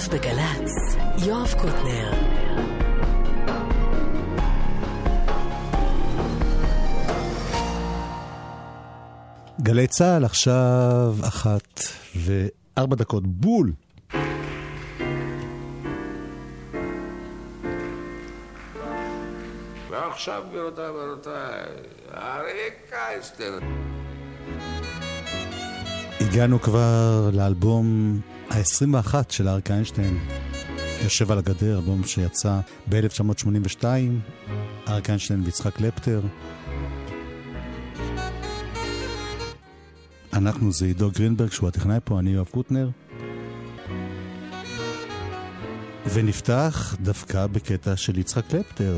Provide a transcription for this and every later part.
עכשיו בגלץ, יואב קוטנר. גלי צהל עכשיו 1:04 בול. ועכשיו גבירותיי, אריק איינשטיין. הגענו כבר לאלבום ה-21 של אריק איינשטיין, יושב על הגדר, אלבום שיצא ב-1982, אריק איינשטיין ויצחק קלפטר. אנחנו זה עידו גרינברג שהוא הטכנאי פה, אני יואב קוטנר, ונפתח דווקא בקטע של יצחק קלפטר.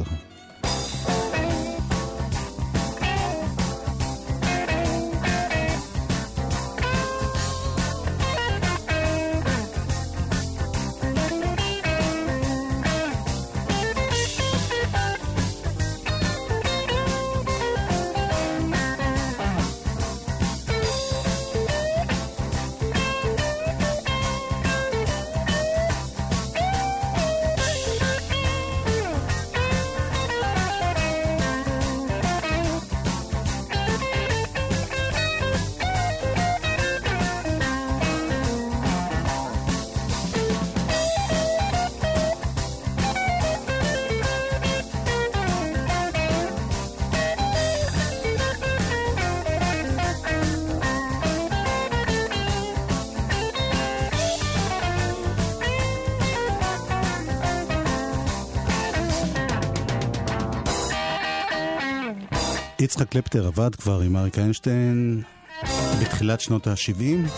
יצחק קלפטר עבד כבר עם אריק איינשטיין בתחילת שנות ה-70.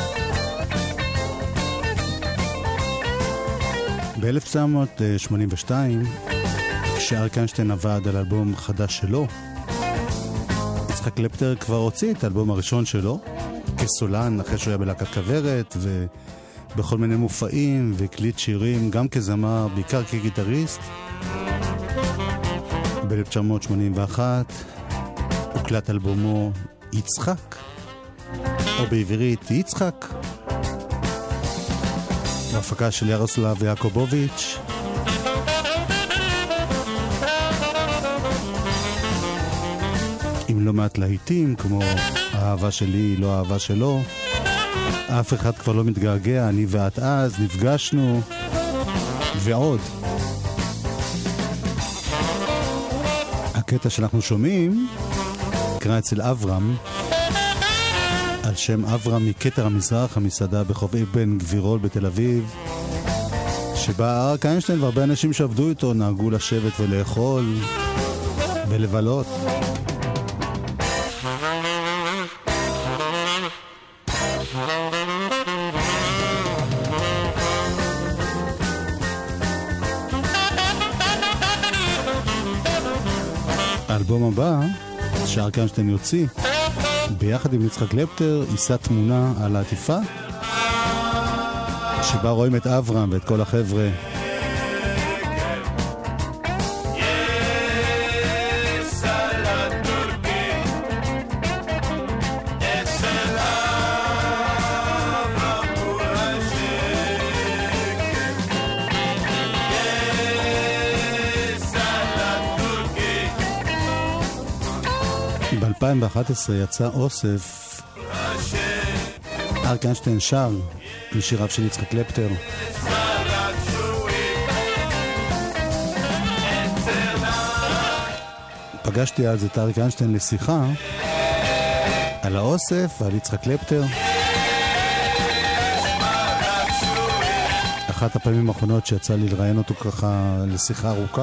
ב-1982, כשאריק איינשטיין עבד על אלבום חדש שלו, יצחק קלפטר כבר הוציא את האלבום הראשון שלו כסולן, אחרי שהוא היה בלהקת כוורת ובכל מיני מופעים, והקליט שירים גם כזמר, בעיקר כגיטריסט. ב-1981 הוקלט אלבומו יצחק, או בעברית יצחק, בהפקה של ירוסלב יעקובוביץ'. עם לא מעט להיטים כמו האהבה שלי לא האהבה שלו, אף אחד כבר לא מתגעגע, אני ואת אז, נפגשנו ועוד. הקטע שאנחנו שומעים קרא אצל אברהם, על שם אברהם מכתר המזרח, המסעדה בחוף אבן גבירול בתל אביב, שבה אריק איינשטיין והרבה אנשים שעבדו איתו נהגו לשבת ולאכול ולבלות. האלבום הבא שאריק איינשטיין יוציא ביחד עם יצחק קלפטר יישא תמונה על העטיפה שבה רואים את אברהם ואת כל החבר'ה. ב-2011 יצא אוסף אריק איינשטיין שר משיריו של יצחק קלפטר. פגשתי אז את אריק איינשטיין לשיחה על האוסף ועל יצחק קלפטר. אחת הפעמים האחרונות שיצא לי לראיין אותו ככה לשיחה ארוכה.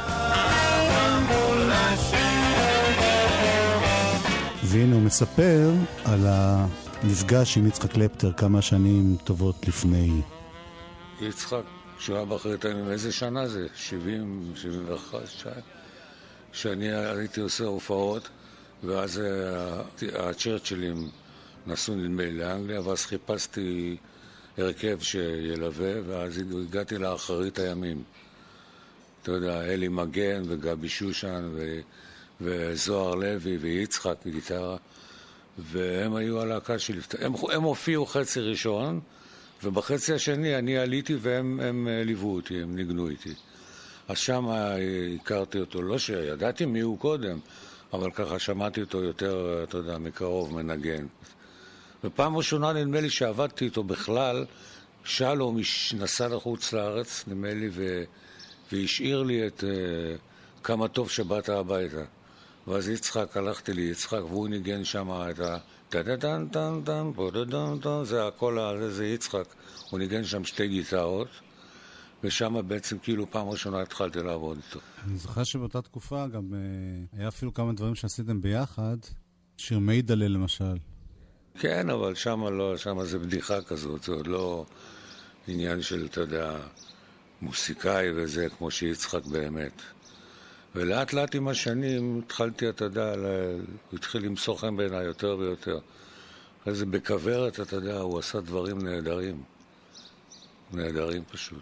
והנה הוא מספר על המפגש עם יצחק קלפטר כמה שנים טובות לפני. יצחק, שהוא היה באחרית הימים, איזה שנה זה? 70, 71 שעה? שאני הייתי עושה הופעות, ואז הצ'רצ'ילים נסעו נדמה לאנגליה, ואז חיפשתי הרכב שילווה, ואז הגעתי לאחרית הימים. אתה יודע, אלי מגן וגבי שושן וזוהר לוי ויצחק גיטרה, והם היו הלהקה שלי. הם הופיעו חצי ראשון, ובחצי השני אני עליתי והם ליוו אותי, הם ניגנו איתי. אז שם הכרתי אותו, לא שידעתי מי הוא קודם, אבל ככה שמעתי אותו יותר, אתה יודע, מקרוב, מנגן. ופעם ראשונה נדמה לי שעבדתי איתו בכלל, שלום נסע לחוץ לארץ, נדמה לי, והשאיר לי את כמה טוב שבאת הביתה. ואז יצחק, הלכתי לי יצחק, והוא ניגן שם את ה... טה-טה-טן-טן-טן, פו-טה-טן-טן, זה הכל, זה יצחק. הוא ניגן שם 2 גיטרות, ושם בעצם כאילו פעם ראשונה התחלתי לעבוד איתו. אני זוכר שבאותה תקופה גם היה אפילו כמה דברים שעשיתם ביחד, שיר מיידלה למשל. כן, אבל שם לא, שם זה בדיחה כזאת, זה עוד לא עניין של, אתה יודע, מוסיקאי וזה, כמו שיצחק באמת. ולאט לאט עם השנים התחלתי, אתה יודע, התחיל למסור חן בעיניי יותר ויותר. אחרי זה בכוורת, אתה יודע, הוא עשה דברים נהדרים. נהדרים פשוט.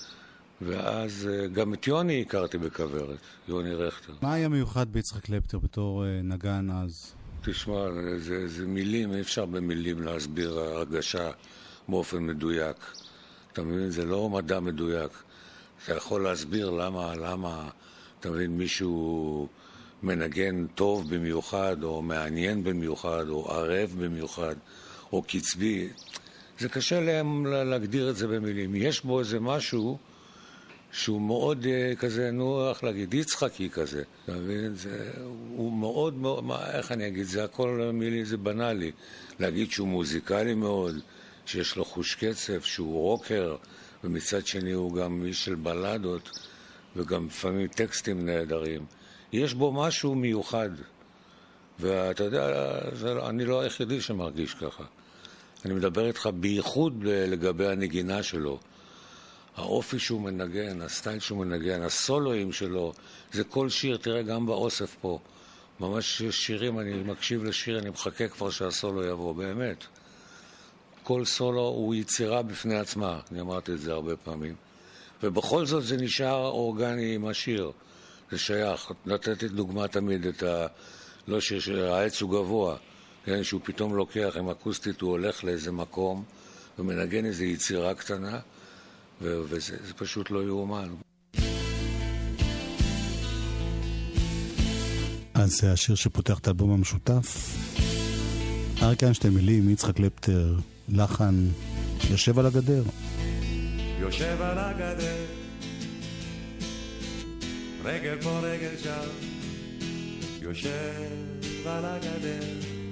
ואז גם את יוני הכרתי בכוורת, יוני רכטר. מה היה מיוחד ביצחק קלפטר בתור נגן אז? תשמע, זה מילים, אי אפשר במילים להסביר הרגשה באופן מדויק. אתה מבין, זה לא מדע מדויק. אתה יכול להסביר למה, אתה מבין, מישהו מנגן טוב במיוחד, או מעניין במיוחד, או ערב במיוחד, או קצבי. זה קשה להם להגדיר את זה במילים. יש בו איזה משהו שהוא מאוד כזה, נו, איך להגיד, יצחקי כזה. אתה מבין? הוא מאוד, איך אני אגיד, זה הכל מילי, זה בנאלי. להגיד שהוא מוזיקלי מאוד, שיש לו חוש קצב, שהוא רוקר, ומצד שני הוא גם איש של בלדות, וגם לפעמים טקסטים נהדרים. יש בו משהו מיוחד. ואתה יודע, אני לא היחידי שמרגיש ככה. אני מדבר איתך בייחוד לגבי הנגינה שלו. האופי שהוא מנגן, הסטייל שהוא מנגן, הסולואים שלו, זה כל שיר, תראה גם באוסף פה. ממש שירים, אני מקשיב לשיר, אני מחכה כבר שהסולו יבוא, באמת. כל סולו הוא יצירה בפני עצמה, אני אמרתי את זה הרבה פעמים. ובכל זאת זה נשאר אורגני עם השיר. זה שייך. נתתי דוגמה תמיד את לא שהעץ הוא גבוה, כן, שהוא פתאום לוקח עם אקוסטית, הוא הולך לאיזה מקום ומנגן איזו יצירה קטנה, וזה פשוט לא יאומן. אז זה השיר שפותח את האלבום המשותף. אריק איינשטיין מילים, יצחק קלפטר, לחן, יושב על הגדר. יושב על הגדר, רגל פה רגל שם, יושב על הגדר,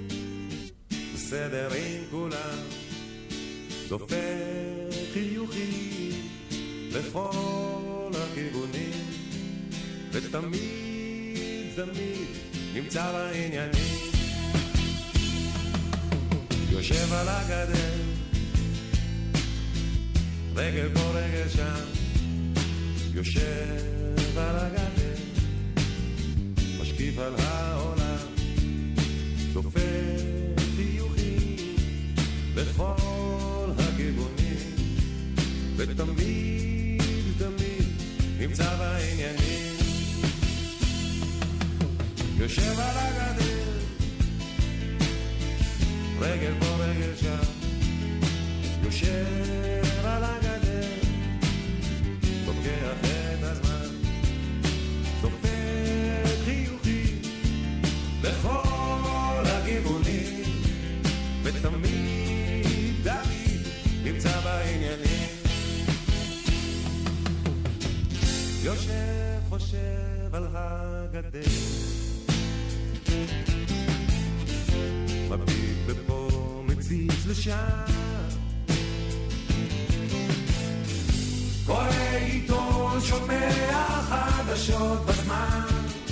בסדר עם כולם, דופק חיוכים לכל הכיוונים, ותמיד נמצא בעניינים. יושב על הגדר, רגל פה רגל שם, יושב על הגדר, משקיף על העולם, דופק חיוכים בכל הכיוונים, ותמיד נמצא בעניינים. יושב על הגדר, רגל פה רגל שם, יושב על הגדר, לוקח את הזמן, דופק חיוכים לכל הכיוונים, ותמיד נמצא בעניינים. יושב חושב על הגדר, מביט בפה מציץ לשם, קורא עיתון, שומע חדשות בזמן,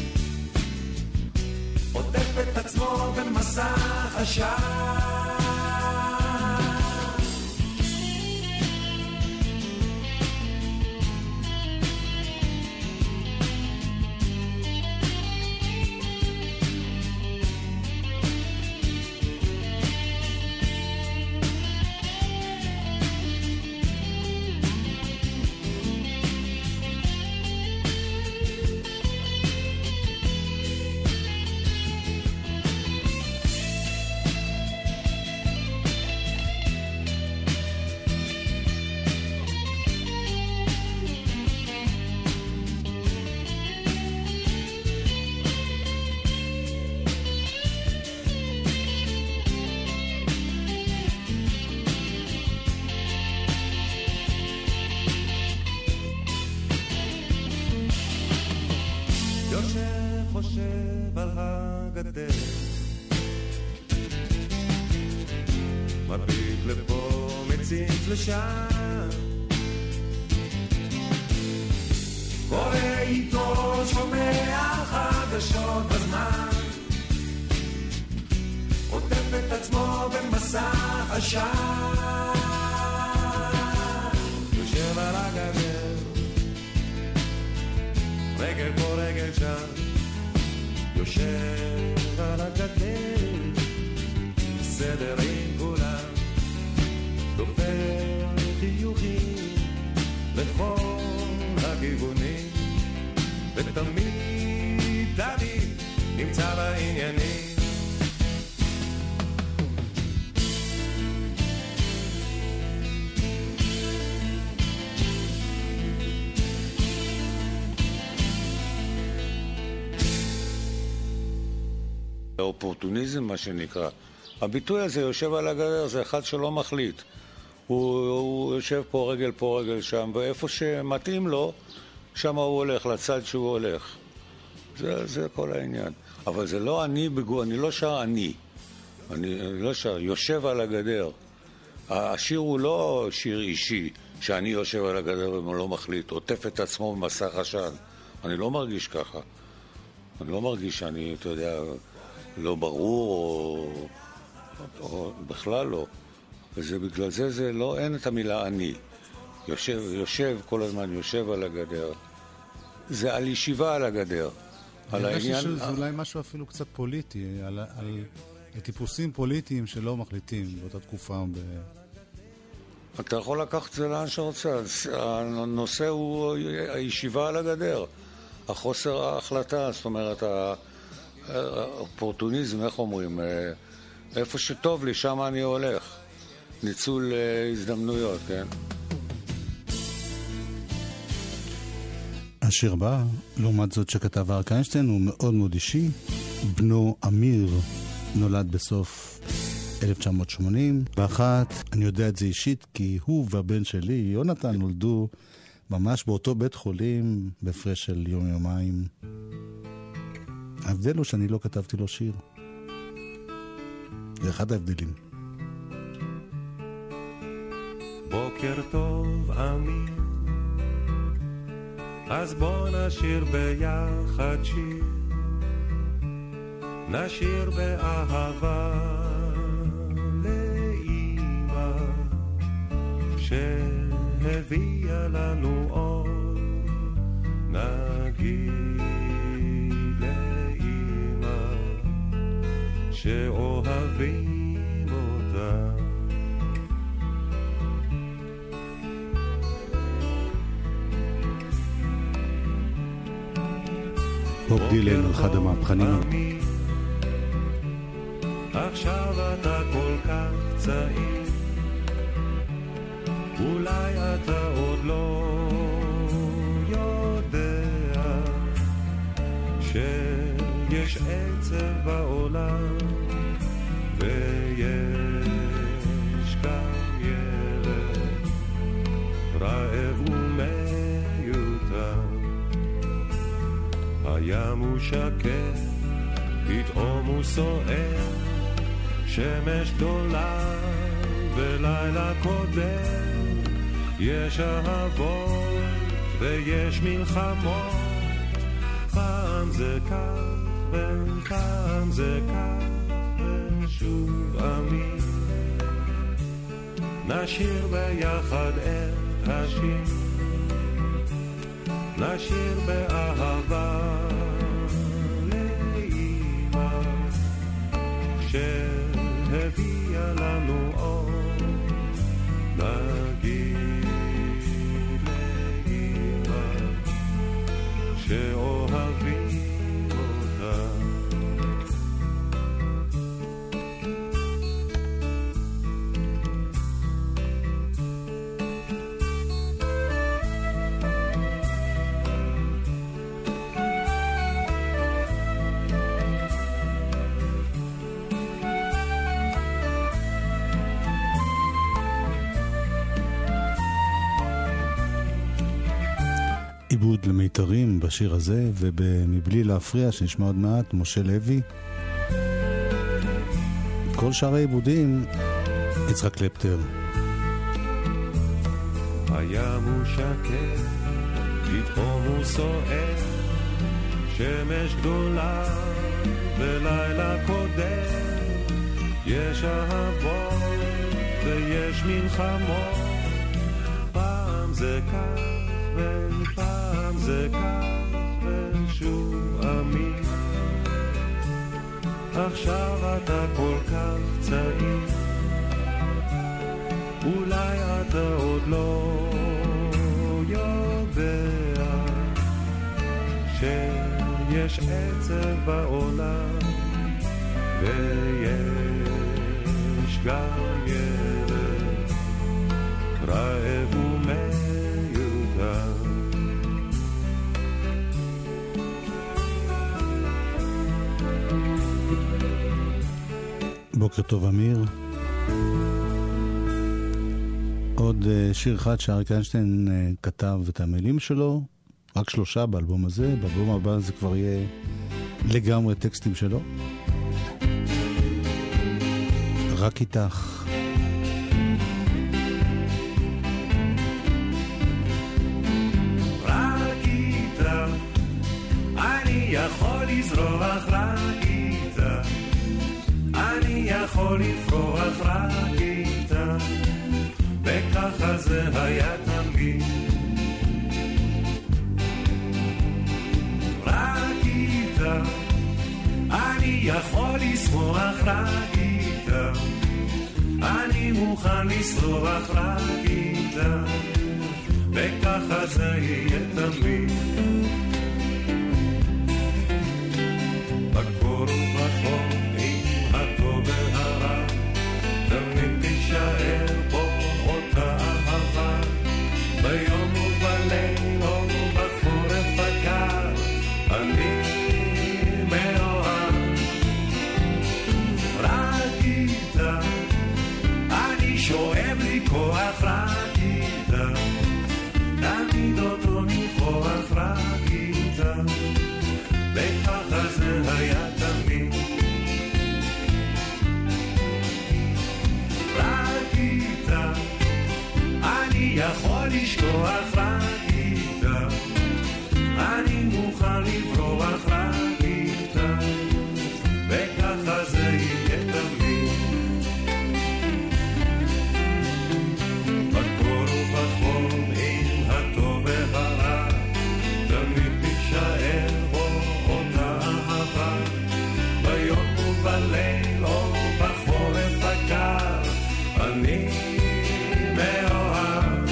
עוטף את עצמו במסך עשן. מציץ לשם, קורא עיתון, שומע חדשות בזמן, עוטף את עצמו במסך עשן, יושב על הגדר, רגל פה רגל שם, יושב על הגדר, סדר עם כולם, דופר חיוכים לכל הכיוונים, ותמיד תמיד נמצא בעניינים. אופורטוניזם מה שנקרא. הביטוי הזה יושב על הגדר, זה אחד שלא מחליט. הוא יושב פה רגל שם, ואיפה שמתאים לו, שם הוא הולך, לצד שהוא הולך. זה כל העניין. אבל זה לא אני אני לא שר אני לא שר, יושב על הגדר. השיר הוא לא שיר אישי, שאני יושב על הגדר ולא מחליט, עוטף את עצמו במסך עשן. אני לא מרגיש ככה. אני לא מרגיש שאני, אתה יודע, לא ברור או בכלל לא. וזה בגלל זה לא, אין את המילה אני. יושב כל הזמן, יושב על הגדר. זה על ישיבה על הגדר. על העניין... שזה אולי משהו אפילו קצת פוליטי, על טיפוסים פוליטיים שלא מחליטים באותה תקופה. אתה יכול לקחת את זה לאן שרוצה. הנושא הוא הישיבה על הגדר. החוסר ההחלטה, זאת אומרת, האופורטוניזם, איך אומרים? איפה שטוב לי, שם אני הולך. ניצול הזדמנויות, כן? השיר הבא, לעומת זאת שכתב אריק איינשטיין, הוא מאוד מאוד אישי. בנו אמיר נולד בסוף 1981. אני יודע את זה אישית כי הוא והבן שלי, יונתן, נולדו ממש באותו בית חולים בהפרש של יום-יומיים. ההבדל הוא שאני לא כתבתי לו שיר. זה אחד ההבדלים. בוקר טוב אמיר, אז בוא נשיר ביחד שיר, נשיר באהבה לאמא שהביאה לנו אור, נגיד לאמא שאוהבים אותה. בוב דילן, אחד המהפכנים. עכשיו אתה כל כך צעיר, אולי אתה עוד לא יודע שיש עצב בעולם ויש כאן ילד רעב ומיותר. הים הוא שקט, פתאום הוא סוער, שמש גדולה ולילה קודם, יש אהבות ויש מלחמות, פעם זה כך ופעם זה כך ושוב אמין. נשיר ביחד את השיר, נשיר באהבה לאמא שהביאה לנו אור, נגיד לאמא שאוהבים אותה. עיבוד למיתרים בשיר הזה, ומבלי להפריע שנשמע עוד מעט, משה לוי. כל שאר העיבודים יצחק קלפטר. הים הוא שקט, פתאום הוא סוער, שמש גדולה בלילה קודם, יש אהבות ויש מלחמות, פעם זה כך ופעם זה כך ושוב אמין. עכשיו אתה כל כך צעיר, אולי אתה עוד לא יודע שיש עצב בעולם ויש גם ילד רעב ומיותר. בוקר טוב אמיר. עוד שיר אחד שאריק איינשטיין כתב את המילים שלו, רק 3 באלבום הזה, באלבום הבא זה כבר יהיה לגמרי טקסטים שלו. רק איתך. רק איתך אני יכול לזרוח, רק איתך אני יכול לפרוח, רק איתך, וככה זה היה תמיד. רק איתך אני יכול לשמוח, רק איתך אני מוכן לסלוח, רק איתך, וככה זה יהיה תמיד. בקור ובחום עם הטוב והרע תמיד תישאר פה אותה אהבה, ביום ובליל או בחורף הקר אני מאוהב. רק איתך אני שואב לי כוח, רק איתך תמיד אותו ניחוח, רק איתך, וככה זה היה תמיד. רק איתך אני יכול לשכוח, רק איתך אני מוכן לברוח, רק איתך, וככה זה יהיה תמיד. בקור ובחום עם הטוב והרע תמיד תישאר בו אותה אהבה, ביום ובליל או בחורף הקר אני מאוהב.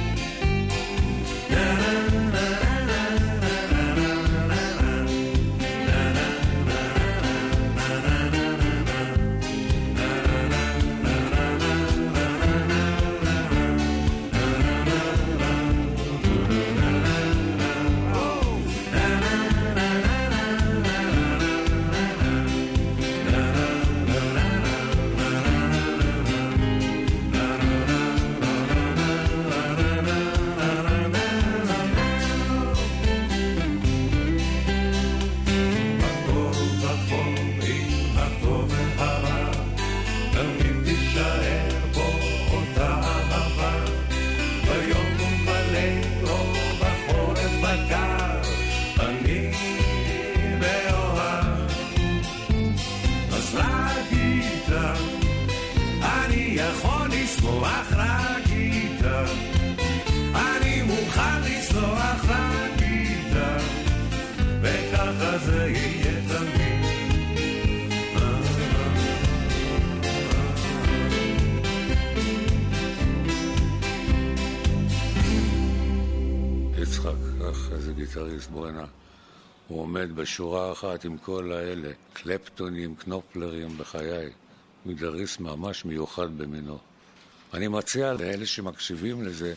הוא עומד בשורה אחת עם כל האלה, קלפטונים, קנופלרים בחיי. גיטריסט ממש מיוחד במינו. אני מציע לאלה שמקשיבים לזה,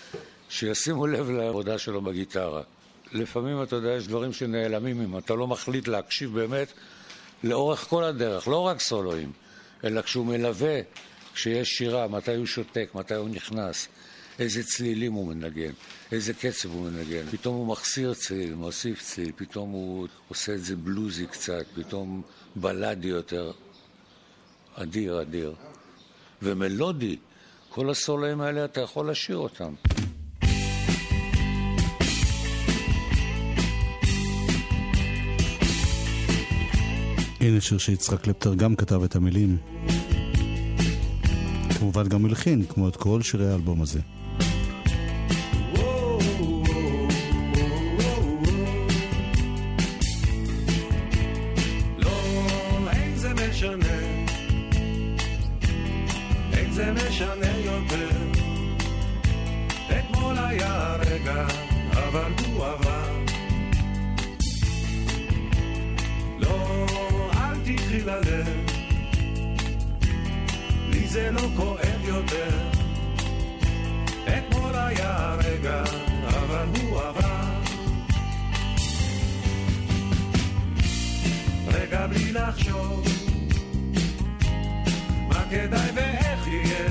שישימו לב לעבודה שלו בגיטרה. לפעמים אתה יודע, יש דברים שנעלמים אם אתה לא מחליט להקשיב באמת לאורך כל הדרך, לא רק סולואים, אלא כשהוא מלווה, כשיש שירה, מתי הוא שותק, מתי הוא נכנס, איזה צלילים הוא מנגן, איזה קצב הוא מנגן. פתאום הוא מחסיר צליל, מוסיף צליל, פתאום הוא עושה את זה בלוזי קצת, פתאום בלדי יותר. אדיר, אדיר. ומלודי, כל הסולואים האלה אתה יכול לשיר אותם. הנה שיר שיצחק קלפטר גם כתב את המילים. כמובן גם מלחין, כמו את כל שירי האלבום הזה. זה לא כואב יותר, אתמול היה רגע, אבל הוא עבר. רגע בלי לחשוב, מה כדאי ואיך יהיה,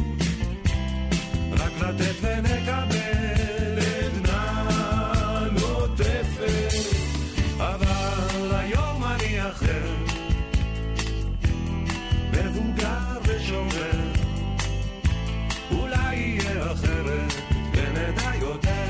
רק לתת ונקבל עדנה נוטפת, אבל היום אני אחר, מבוגר ושומר, אולי יהיה אחרת ונדע יותר.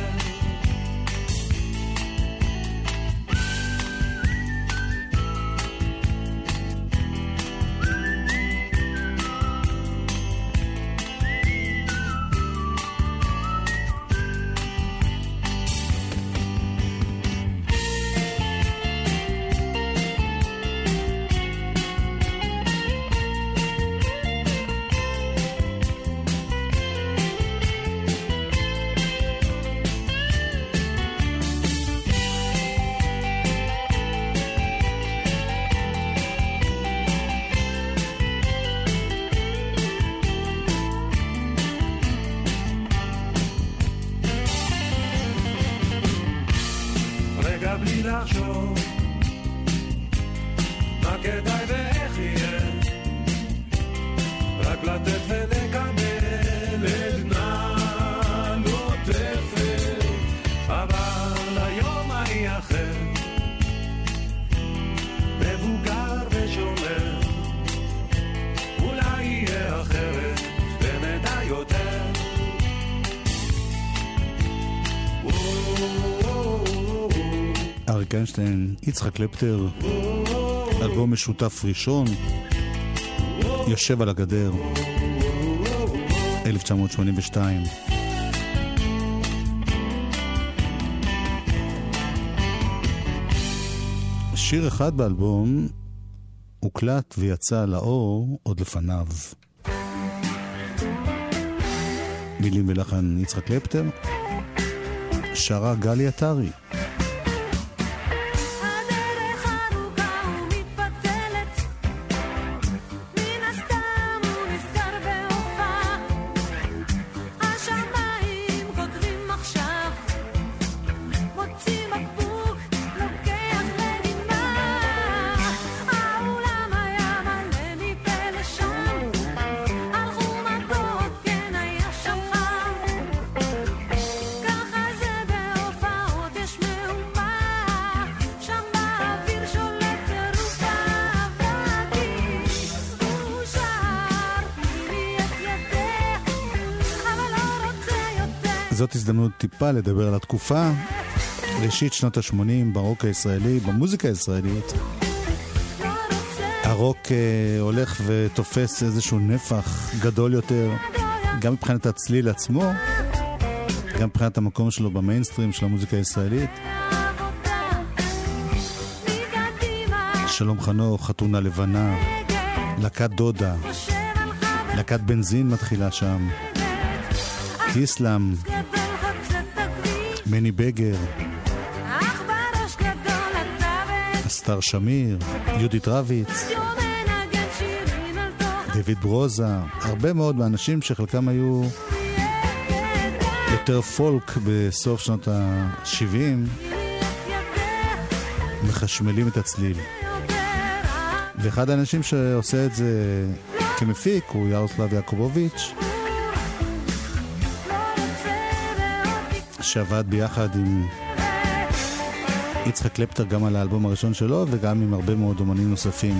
אריק איינשטיין, יצחק קלפטר, אלבום משותף ראשון, יושב על הגדר, 1982. שיר אחד באלבום הוקלט ויצא לאור עוד לפניו. מילים ולחן יצחק קלפטר, שרה גלי עטרי. זאת הזדמנות טיפה לדבר על התקופה, ראשית שנות ה-80 ברוק הישראלי, במוזיקה הישראלית. הרוק הולך ותופס איזשהו נפח גדול יותר, גם מבחינת הצליל עצמו, גם מבחינת המקום שלו במיינסטרים של המוזיקה הישראלית. שלום חנוך, חתונה לבנה, להקת דודה, להקת בנזין מתחילה שם, איסלאם, מני בגר, אסתר שמיר, יהודית רביץ, דוד ברוזה, הרבה מאוד מהאנשים שחלקם היו יותר פולק בסוף שנות ה-70, מחשמלים את הצליל. ואחד האנשים שעושה את זה כמפיק הוא ירוסלב יעקובוביץ', שעבד ביחד עם יצחק קלפטר גם על האלבום הראשון שלו וגם עם הרבה מאוד אומנים נוספים.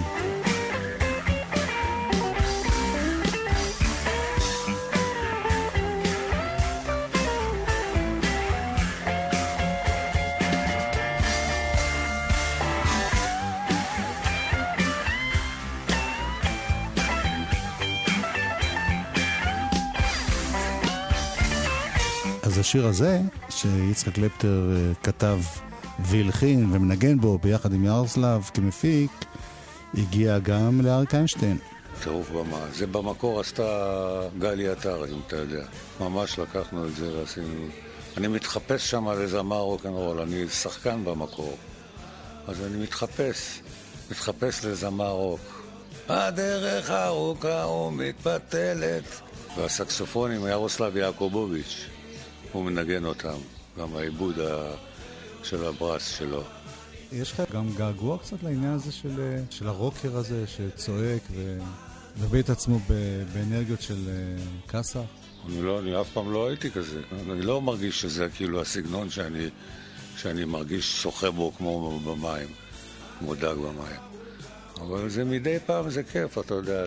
אז השיר הזה, שיצחק קלפטר כתב והלחין ומנגן בו ביחד עם יארוסלב כמפיק, הגיע גם לאריק איינשטיין. טירוף במה. זה במקור עשתה גלי עטר, אם אתה יודע. ממש לקחנו את זה ועשינו... אני מתחפש שם לזמר רוק'נ'רול, אני שחקן במקור. אז אני מתחפש לזמר רוק. הדרך ארוכה ומתפתלת. והסקסופון עם יארוסלב יעקובוביץ', הוא מנגן אותם, גם העיבוד של הברס שלו. יש לך גם געגוע קצת לעניין הזה של הרוקר הזה שצועק ומביא את עצמו באנרגיות של קאסה? אני אף פעם לא הייתי כזה. אני לא מרגיש שזה כאילו הסגנון שאני מרגיש שוחה בו כמו במים, כמו דג במים. אבל זה מדי פעם זה כיף, אתה יודע,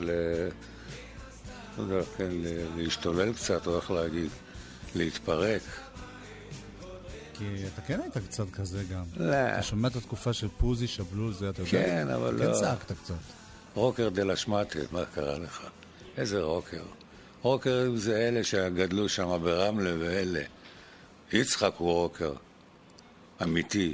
כן, להשתולל קצת, או איך להגיד, להתפרק. כי אתה כן היית קצת כזה גם. לא. אתה שומע את התקופה של פוזי, שבלול, זה אתה יודע? כן, אבל לא. כן צעקת קצת. רוקר דלה שמטה, מה קרה לך? איזה רוקר? רוקרים זה אלה שגדלו שם ברמלה ואלה. יצחק הוא רוקר. אמיתי.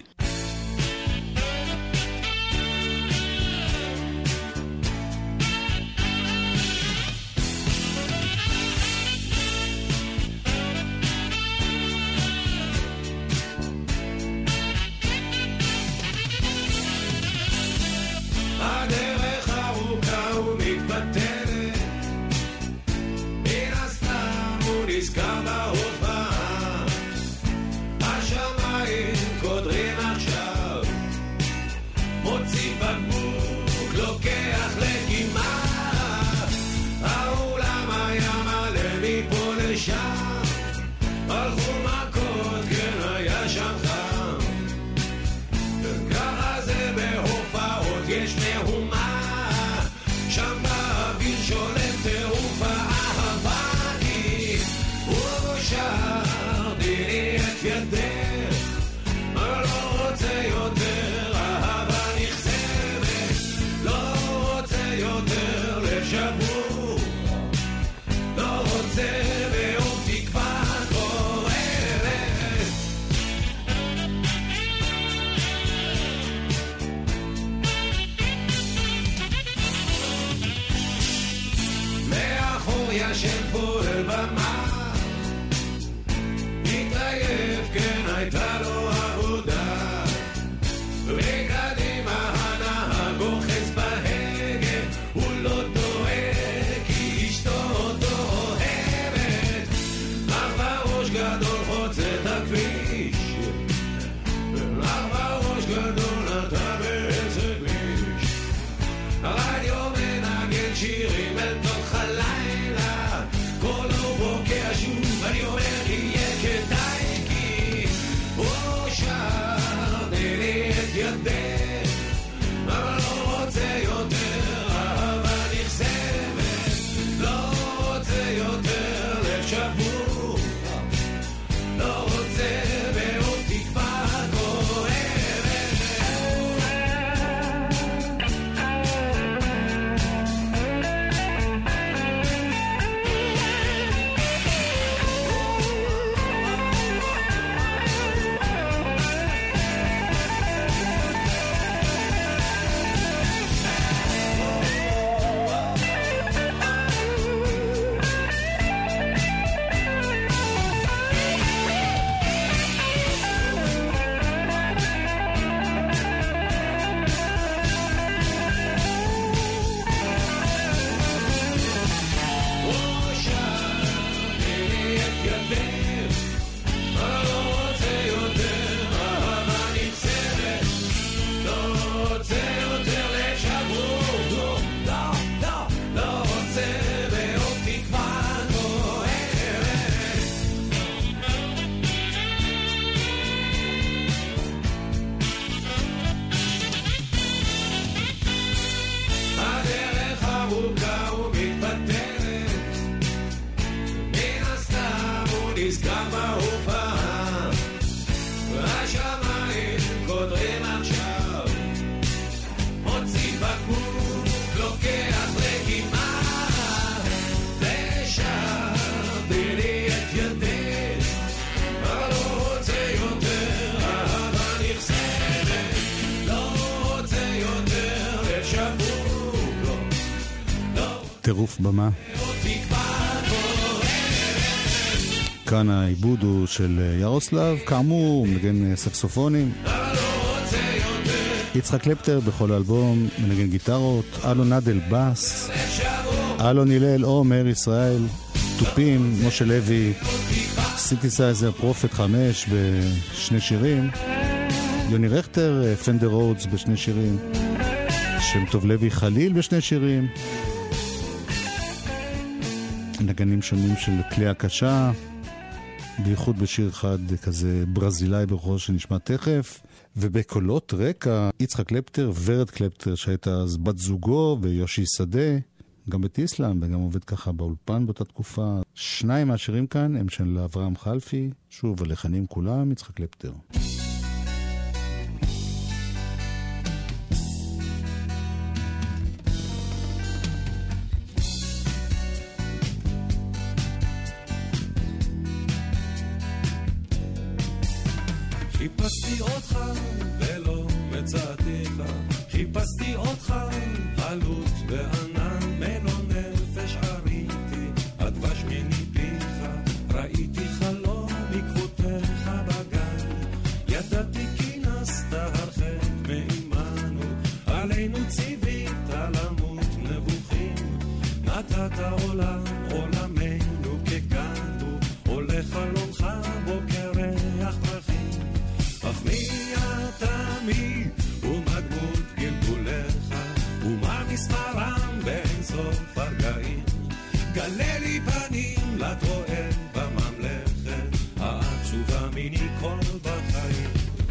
טירוף במה. כאן העיבוד הוא של ירוסלב, כאמור מנגן סקסופונים. יצחק קלפטר בכל האלבום מנגן גיטרות, אלון נדל בס, אלון הלל עומר ישראל, טופים, משה לוי, סינתסייזר פרופט 5 בשני שירים, יוני רכטר, פנדר רודס בשני שירים, שם טוב לוי חליל בשני שירים, נגנים שונים של כלי הקשה, בייחוד בשיר אחד כזה ברזילאי בכור שנשמע תכף, ובקולות רקע יצחק קלפטר, ורד קלפטר שהייתה אז בת זוגו, ויושי שדה, גם בטיסלאם וגם עובד ככה באולפן באותה תקופה. שניים מהשירים כאן הם של אברהם חלפי, שוב הלחנים כולם יצחק קלפטר. חיפשתי אותך ולא מצאתיך, חיפשתי אותך עלות וענן מלוא נפש עריתי, הדבש מניפיך ראיתי חלום עקבותיך בגן, ידעתי כי נסת הרחק מעמנו, עלינו ציווית למות נבוכים, נתת עולם עולמנו כגנבו, עולה חלומך בוקר ריח דרכים, אך מי אתה מי ומגבות גלגולך ומה מספרם בין סוף הרגעים, גלה לי פנים לתרועל בממלכת העצובה מיני כל בחיים.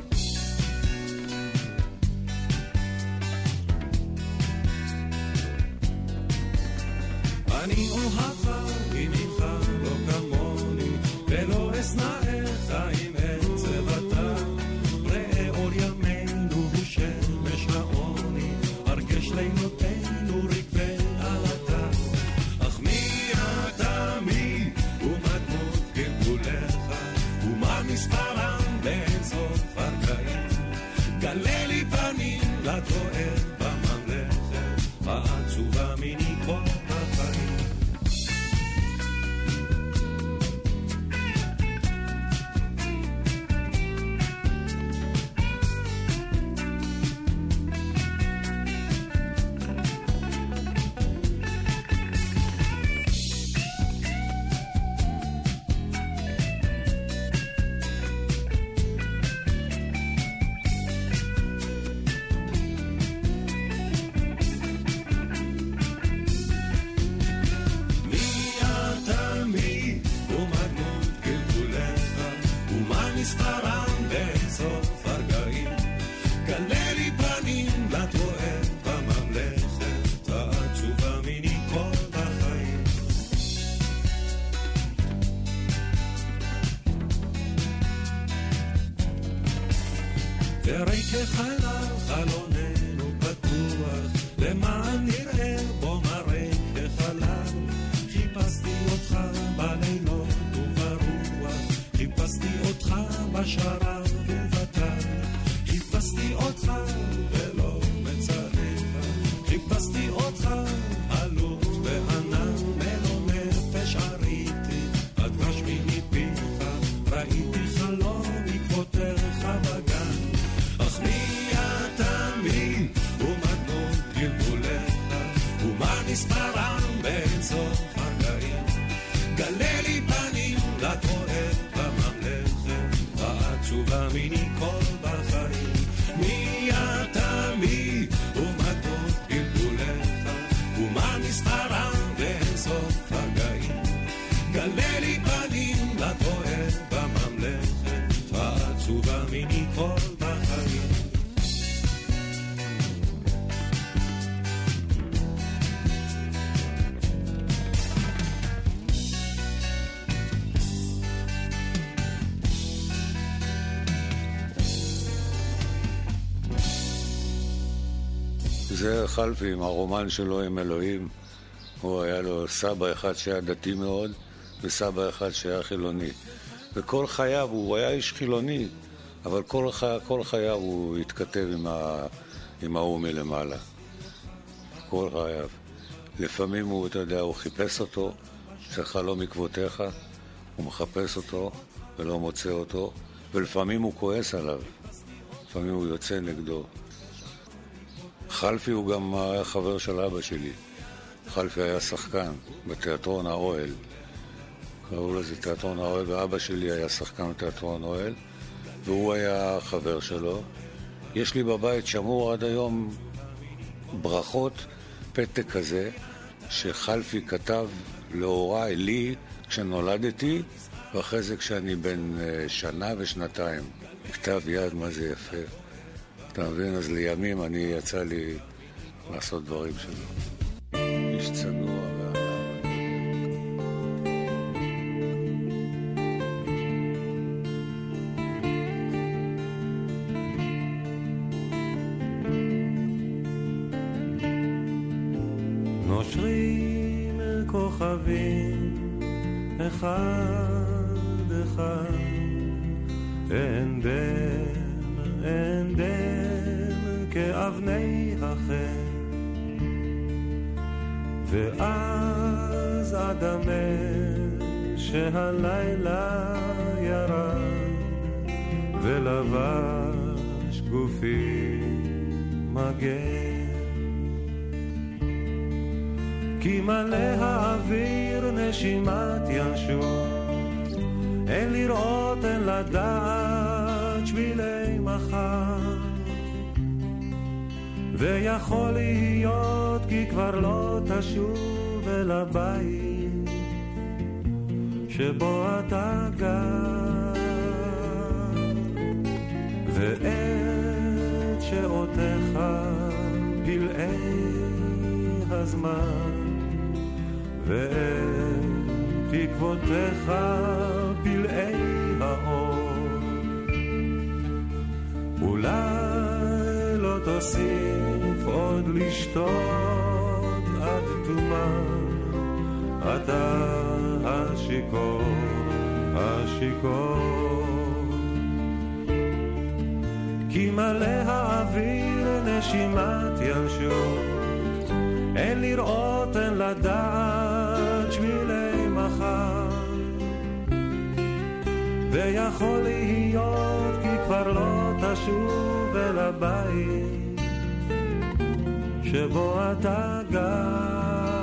אני אוהבה ממך לא כמוני ולא אשנאך עם עצב אתה, ראה אור ימינו הוא שמש העוני, הרגש לילותינו רגבי עלתה, אך מי אתה מי ומדמות גלגולך ומה מספרם בין סוף הרגעים, גלה לי פנים לתרועל בממלכת העצובה מיני כל החיים. זה חלפי עם הרומן שלו עם אלוהים. הוא היה לו סבא אחד שהיה דתי מאוד וסבא אחד שהיה חילוני, וכל חייו הוא היה איש חילוני, אבל כל חייו הוא התכתב עם ההוא מלמעלה, כל חייו. לפעמים הוא, אתה יודע, הוא חיפש אותו, צריך לא מקוותיך, הוא מחפש אותו ולא מוצא אותו, ולפעמים הוא כועס עליו, לפעמים הוא יוצא נגדו. חלפי הוא גם היה חבר של אבא שלי. חלפי היה שחקן בתיאטרון האוהל. קראו לזה תיאטרון האוהל, ואבא שלי היה שחקן בתיאטרון האוהל, והוא היה חבר שלו. יש לי בבית שמור עד היום ברכות, פתק כזה, שחלפי כתב להוריי, לי, כשנולדתי, ואחרי זה כשאני בן שנה ושנתיים. כתב יד, מה זה יפה. אתה מבין? אז לימים יצא לי לעשות דברים שלו. איש צנוע נושרים כוכבים אחד אחד, אין דם כאבני החן, ואז אדמה שהלילה ירד ולבש גופי מגן, כי מלא האוויר נשימת ישוב, אין לראות, אין לדעת שבילי מחר, ויכול להיות כי כבר לא תשוב אל הבית שבו אתה גר, ואת שעותיך פלאי הזמן, ואת תקוותיך פלאי האור, אולי לא תוסיף עוד לשתות עד תומה, אתה השיכור, השיכור, כי מלא האוויר נשימת ינשור, אין לראות, אין לדעת שבילי מחר, ויכול להיות כי כבר לא תשוב אל הבית שבו אתה גר.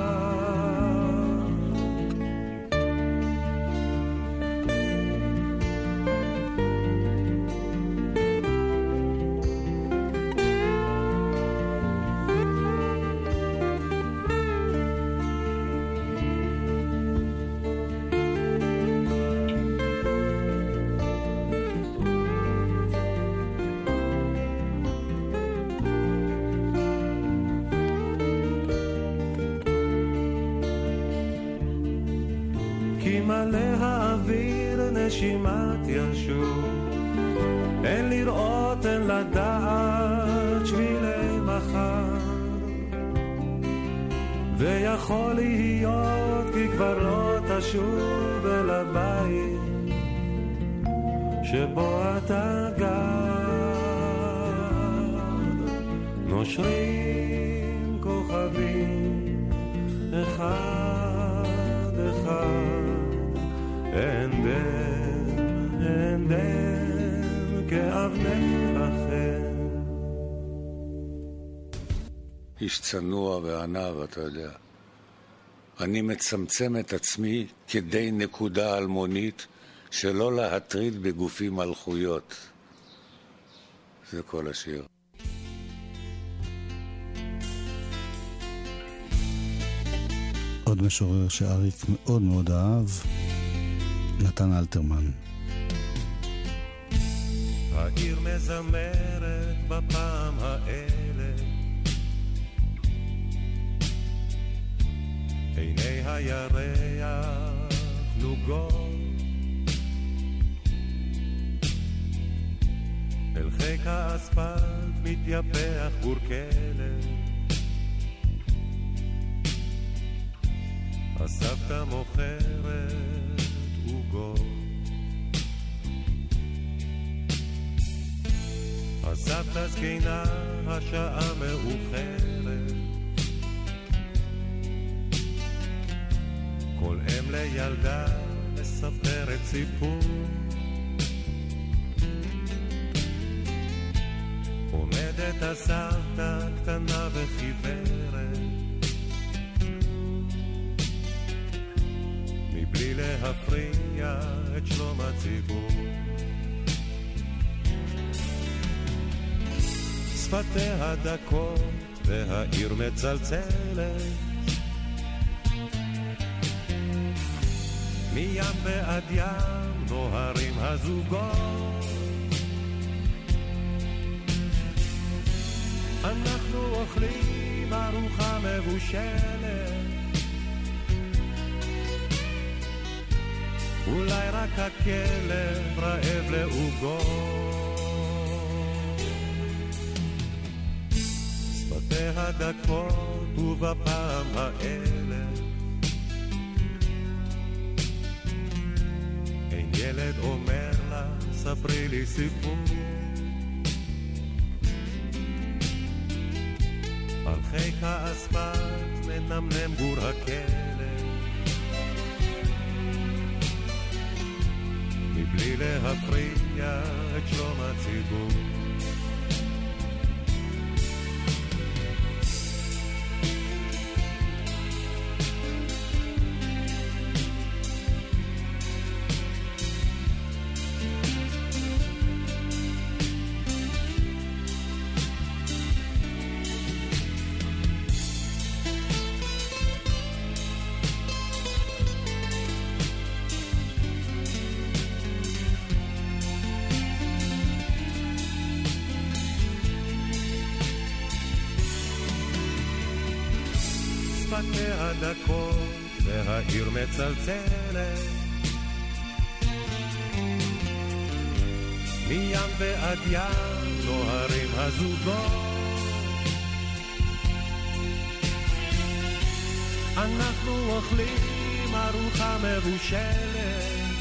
נשימת ישוב, אין לראות, אין לדעת שבילי מחר, ויכול להיות כי כבר לא תשוב אל הבית שבו אתה גר. נושרים כוכבים אחד אחד, אין דם כאבני החן. איש צנוע וענב, אתה יודע. אני מצמצם את עצמי כדי נקודה אלמונית שלא להטריד בגופי מלכויות. זה כל השיר. עוד משורר שאריק מאוד מאוד אהב, נתן אלתרמן. העיר מזמרת בפעם האלה, עיני הירח נוגות, אל חיק האספלט מתייפח גור כלב, הסבתא מוכרת עוגות, הסבתא זקנה השעה מאוחרת, כל אם לילדה מספרת סיפור, עומדת הסבתא קטנה וחיוורת, מבלי להפריע את שלום הציבור. שפתיה דקות והעיר מצלצלת, מים ועד ים נוהרים הזוגות, אנחנו אוכלים ארוחה מבושלת, אולי רק הכלב רעב לעוגות. שפתיה דקות ובפעם האלף אין ילד אומר לה ספרי לי סיפור, על חיק האספלט מנמנם גור הכלב, מבלי להפריע את שלום הציבור. הדקות והעיר מצלצלת, מים ועד ים נוהרים הזוגות, אנחנו אוכלים ארוחה מבושלת,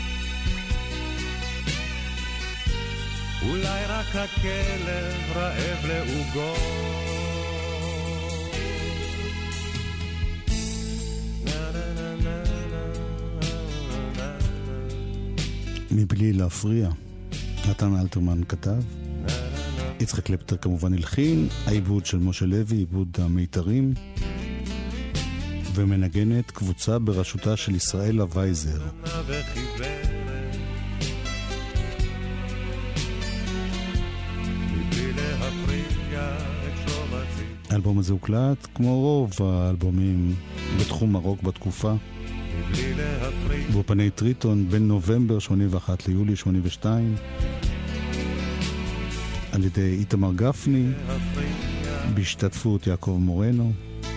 אולי רק הכלב רעב לעוגות. מבלי להפריע, נתן אלתרמן כתב, יצחק קלפטר כמובן הלחין, העיבוד של משה לוי, עיבוד המיתרים, ומנגנת קבוצה בראשותה של ישראלה וייזר. האלבום הזה הוקלט כמו רוב האלבומים בתחום הרוק בתקופה, באופני טריטון בין נובמבר 81 ליולי 82, על ידי איתמר גפני בהשתתפות יעקב מורנו,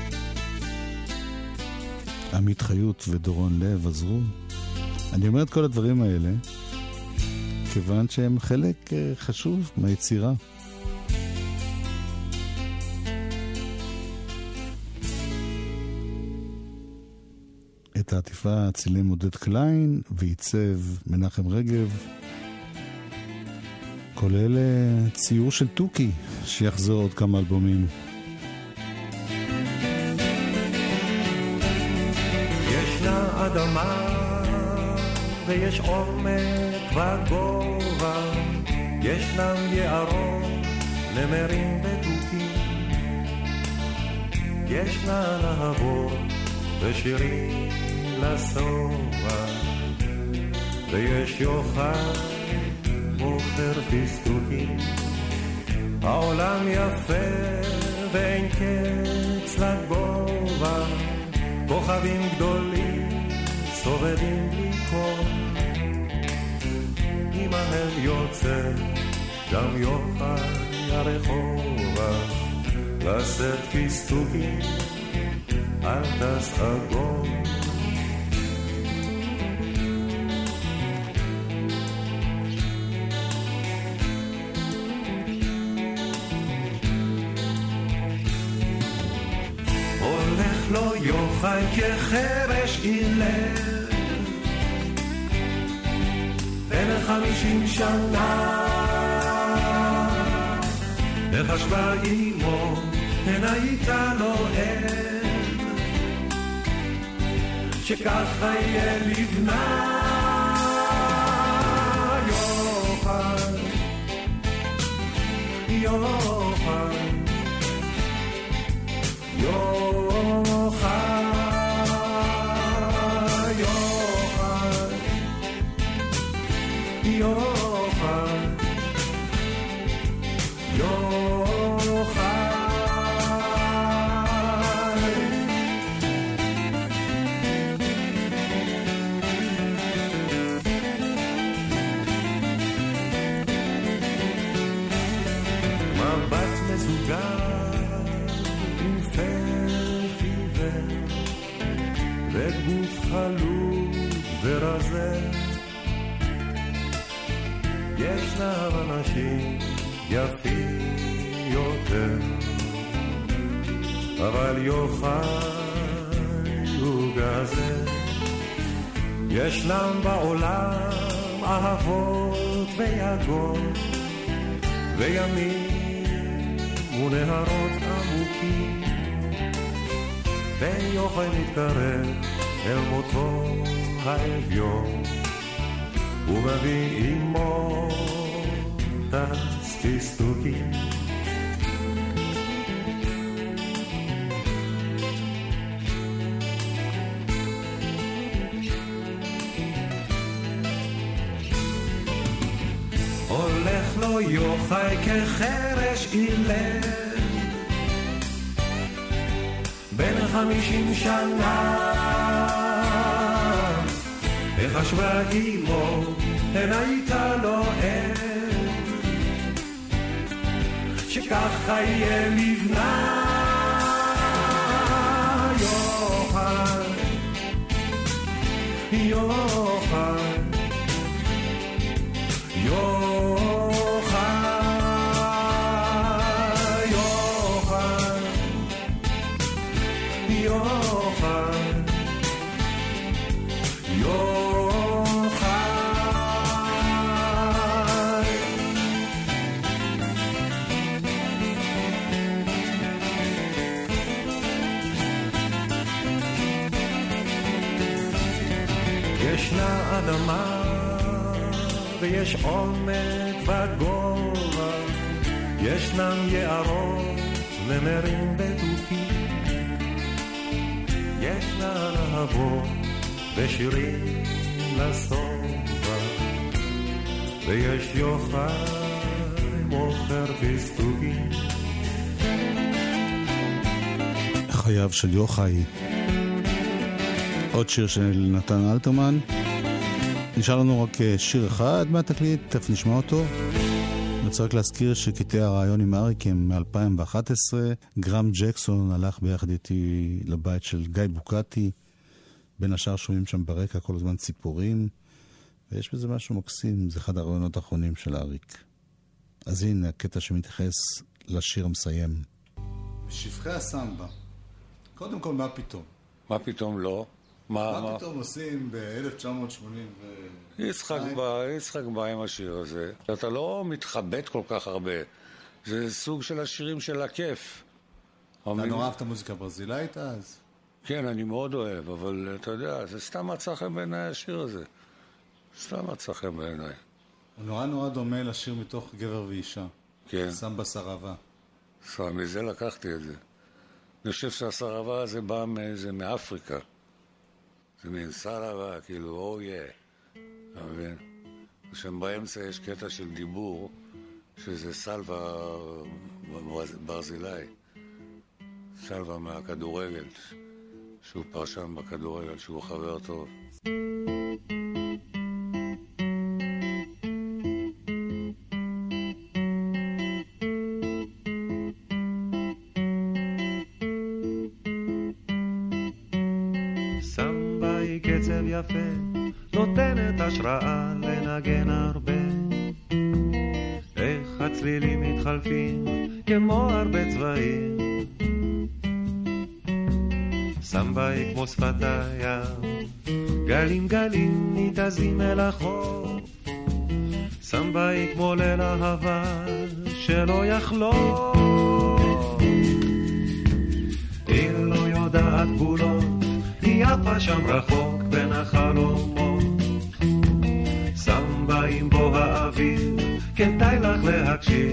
עמית חיות ודורון לב עזרו. אני אומר את כל הדברים האלה כיוון שהם חלק חשוב מהיצירה. את העטיפה צילם עודד קליין ועיצב מנחם רגב, כולל ציור של טוקי שיחזור עוד כמה אלבומים. ישנה אדמה ויש עומק וגובה, ישנם יערות, נמרים וטוקים, ישנה להבות ושירים לסובה, ויש יוחד מוכר פסטוקים. העולם יפה ואין קץ לגובה, כוכבים גדולים סובבים לי קול, עמהם יוצא גם יוחד הרחובה, לשאת פסטוקים אל תסעגון. הולך לו יוחאי כחרש אילר, בן 50 שנה, וחשבה אימו, הן הייתה לו עד, שככה יהיה לבנה יוחד יוחד יוחד יוחד יוחד וגוף חלוב ורזה ישנם אנשים יפים יותר אבל יוחאי הוא גזה ישנם בעולם אהבות ויגות וימים ונהרות עמוקים ויוחאי מתקרב אל מותו האביון ומביא עמו טסטיסטוקים הולך לו יוחאי כחרש אילם בן 50 שנה איך חשבה אמו הן הייתה לו שככה יהיה לבנה יוחאי יוחאי ישנה אדמה ויש עומק וגובה ישנם יערות נמרים בדוקים ישנן אהבות ושירים לסובה ויש יוחאי מוכר פיסטוקים חייו של יוחאי עוד שיר של נתן אלתרמן נשאר לנו רק שיר אחד מהתקליט, תכף נשמע אותו. אני רוצה רק להזכיר שקטעי הרעיון עם אריק הם מ-2011. גרם ג'קסון הלך ביחד איתי לבית של גיא בוקטי. בין השאר שומעים שם ברקע כל הזמן ציפורים. ויש בזה משהו מקסים, זה אחד הרעיונות האחרונים של אריק. אז הנה הקטע שמתייחס לשיר המסיים. שפחי הסמבה. קודם כל, מה פתאום? מה פתאום לא? מה פתאום עושים ב-1980 יצחק בא עם השיר הזה. אתה לא מתחבט כל כך הרבה. זה סוג של השירים של הכיף. אתה נורא אהבת מוזיקה ברזילאית אז? כן, אני מאוד אוהב, אבל אתה יודע, זה סתם מצא חן בעיניי השיר הזה. סתם מצא חן בעיניי. הוא נורא דומה לשיר מתוך גבר ואישה. כן. סמבה סרבה. מזה לקחתי את זה. אני חושב שהסרבה הזה בא מאפריקה. זה מין סרבה, כאילו, אתה מבין? שם באמצע יש קטע של דיבור, שזה סלווה ברזילאי. סלווה מהכדורגל, שהוא פרשן בכדורגל, שהוא חבר טוב. נותנת השראה לנגן הרבה איך הצלילים מתחלפים כמו הרבה צבעים סמבה היא כמו שפת הים גלים גלים ניתזים אל החוף סמבה היא כמו ליל אהבה שלא יחלוף היא לא יודעת גבולות היא יפה שם רחוק בין החלומות, סמבה עם בו האוויר, כדאי לך להקשיב.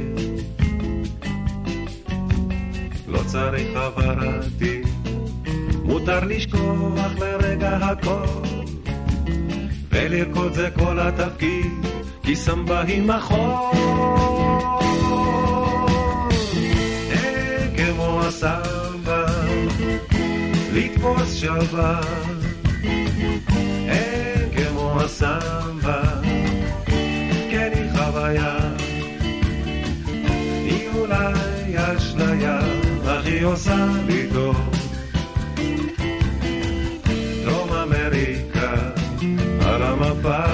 לא צריך חברתי, מותר לשכוח לרגע הכל, ולרקוד זה כל התפקיד, כי סמבה היא מחול. אין כמו הסמבה, לתפוס שלווה, אין כמו הסמבה, כן היא חוויה, היא אולי אשליה, אך היא עושה לי טוב. דרום אמריקה על המפה,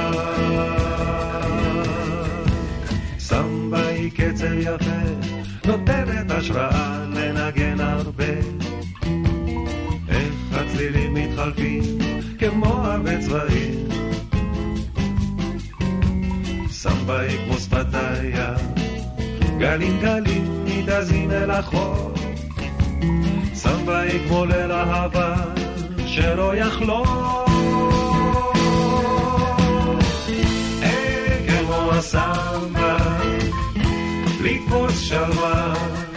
סמבה היא קצב יפה, נותנת השראה לנגן הרבה. איך הצלילים מתחלפים כמו הרבה צבעים, סמבה היא כמו שפתיה, גלים גלים מתאזים אל החור, סמבה היא כמו ליל אהבה שלא יחלום. אין כמו הסמבה, לתפוס שלווה,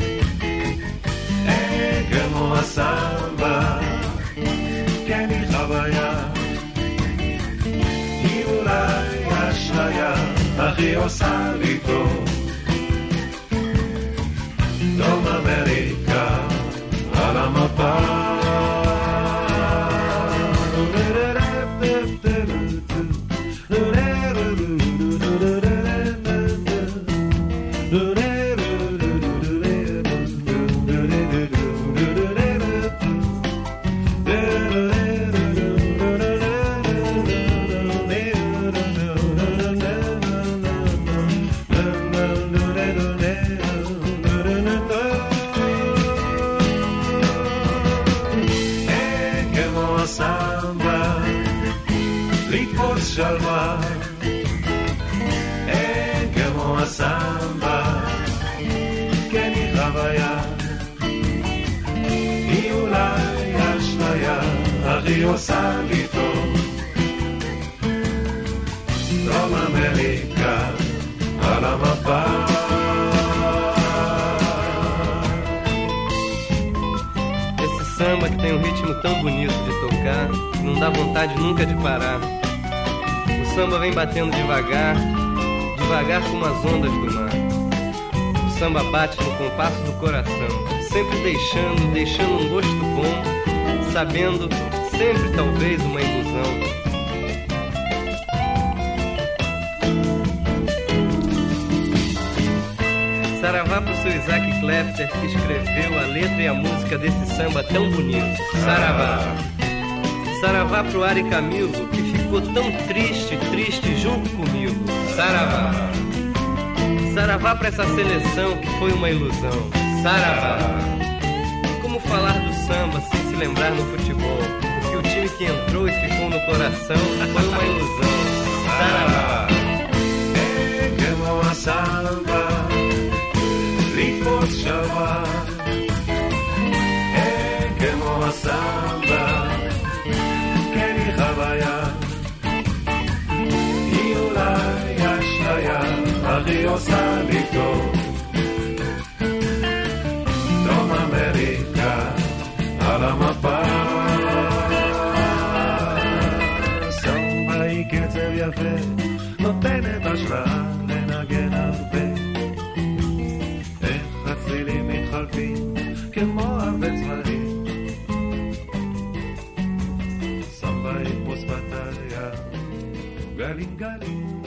אין כמו הסמבה, כן היא חוויה, היא אולי אשליה, אך היא עושה לי טוב. דרום אמריקה על המפה, שלווה, אין כמו הסמבה, כן היא חוויה, היא אולי אשליה, אך היא עושה לי טוב. דרום אמריקה על המפה. Esse samba que tem um ritmo tão bonito de tocar, que não dá vontade nunca de parar. O samba vem batendo devagar, devagar como as ondas do mar. O samba bate no compasso do coração, sempre deixando um gosto bom, sabendo sempre talvez uma ilusão. Saravá pro seu Isaac Klepter, que escreveu a letra e a música desse samba tão bonito. Saravá. Saravá pro Ari Camilo, que ficou tão triste, triste junto comigo. Saravá. Saravá pra essa seleção que foi uma ilusão. Saravá. E como falar do samba sem se lembrar no futebol? Porque o time que entrou e ficou no coração foi uma ilusão. Saravá. Samba, litfos shalva, כמו הסמבה, כן היא חוויה, היא אולי אשליה, אך היא עושה לי טוב. דרום אמריקה על המפה, סמבה היא קצב יפה, נותנת השראה לנגן הרבה. איך הצלילים מתחלפים כמו הרבה צבעים, סמבה היא כמו שפתיה, גלים גלים